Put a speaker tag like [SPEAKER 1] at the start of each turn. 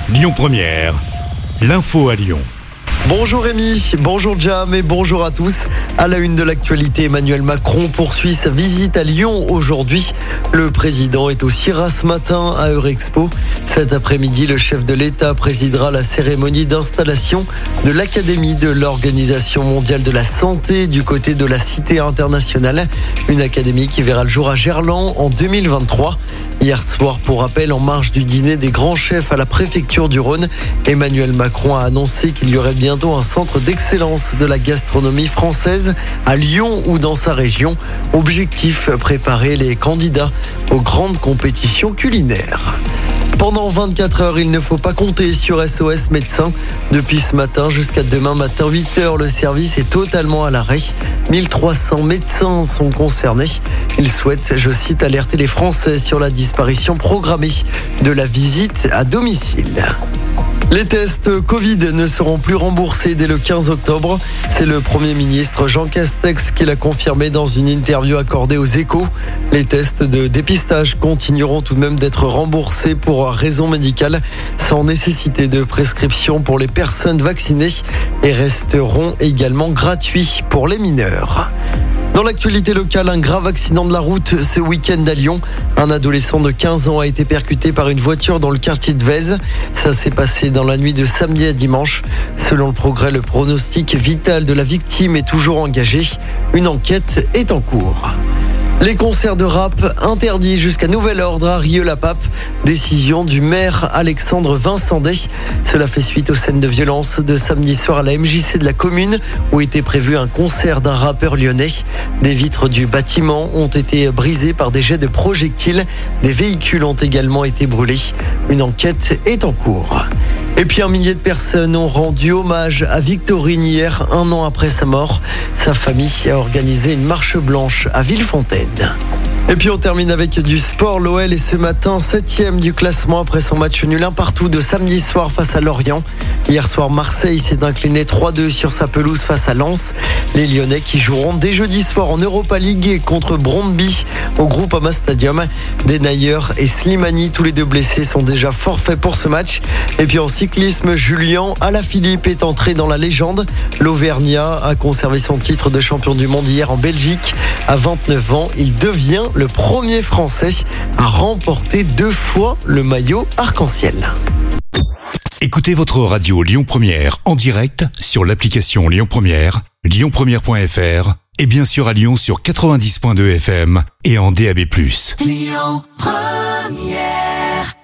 [SPEAKER 1] Lyon Première, l'info à Lyon.
[SPEAKER 2] Bonjour Rémi, bonjour Jam et bonjour à tous. À la une de l'actualité, Emmanuel Macron poursuit sa visite à Lyon aujourd'hui. Le président est au CIRA ce matin à Eurexpo. Cet après-midi, le chef de l'État présidera la cérémonie d'installation de l'Académie de l'Organisation mondiale de la santé du côté de la Cité internationale. Une académie qui verra le jour à Gerland en 2023. Hier soir, pour rappel, en marge du dîner des grands chefs à la préfecture du Rhône, Emmanuel Macron a annoncé qu'il y aurait bientôt un centre d'excellence de la gastronomie française à Lyon ou dans sa région. Objectif, préparer les candidats aux grandes compétitions culinaires. Pendant 24 heures, il ne faut pas compter sur SOS Médecins. Depuis ce matin jusqu'à demain matin 8h, le service est totalement à l'arrêt. 1300 médecins sont concernés. Ils souhaitent, je cite, alerter les Français sur la disparition programmée de la visite à domicile. Les tests Covid ne seront plus remboursés dès le 15 octobre. C'est le Premier ministre Jean Castex qui l'a confirmé dans une interview accordée aux Échos. Les tests de dépistage continueront tout de même d'être remboursés pour raison médicale, sans nécessité de prescription pour les personnes vaccinées et resteront également gratuits pour les mineurs. Dans l'actualité locale, un grave accident de la route ce week-end à Lyon. Un adolescent de 15 ans a été percuté par une voiture dans le quartier de Vèze. Ça s'est passé dans la nuit de samedi à dimanche. Selon le Progrès, le pronostic vital de la victime est toujours engagé. Une enquête est en cours. Les concerts de rap interdits jusqu'à nouvel ordre à Rieux-la-Pape. Décision du maire Alexandre Vincendet. Cela fait suite aux scènes de violence de samedi soir à la MJC de la commune où était prévu un concert d'un rappeur lyonnais. Des vitres du bâtiment ont été brisées par des jets de projectiles. Des véhicules ont également été brûlés. Une enquête est en cours. Et puis 1 millier de personnes ont rendu hommage à Victorine hier, 1 an après sa mort. Sa famille a organisé une marche blanche à Villefontaine. Et puis on termine avec du sport. L'OL est ce matin 7e du classement après son match nul 1-1 de samedi soir face à Lorient. Hier soir, Marseille s'est incliné 3-2 sur sa pelouse face à Lens. Les Lyonnais qui joueront dès jeudi soir en Europa League contre Brøndby au Groupama Stadium. Denayer et Slimani, tous les deux blessés, sont déjà forfaits pour ce match. Et puis en cyclisme, Julien Alaphilippe est entré dans la légende. L'Auvergnat a conservé son titre de champion du monde hier en Belgique. À 29 ans, il devient le premier Français à remporter 2 fois le maillot arc-en-ciel.
[SPEAKER 1] Écoutez votre radio Lyon Première en direct sur l'application Lyon Première, lyonpremière.fr et bien sûr à Lyon sur 90.2 FM et en DAB+.
[SPEAKER 3] Lyon Première.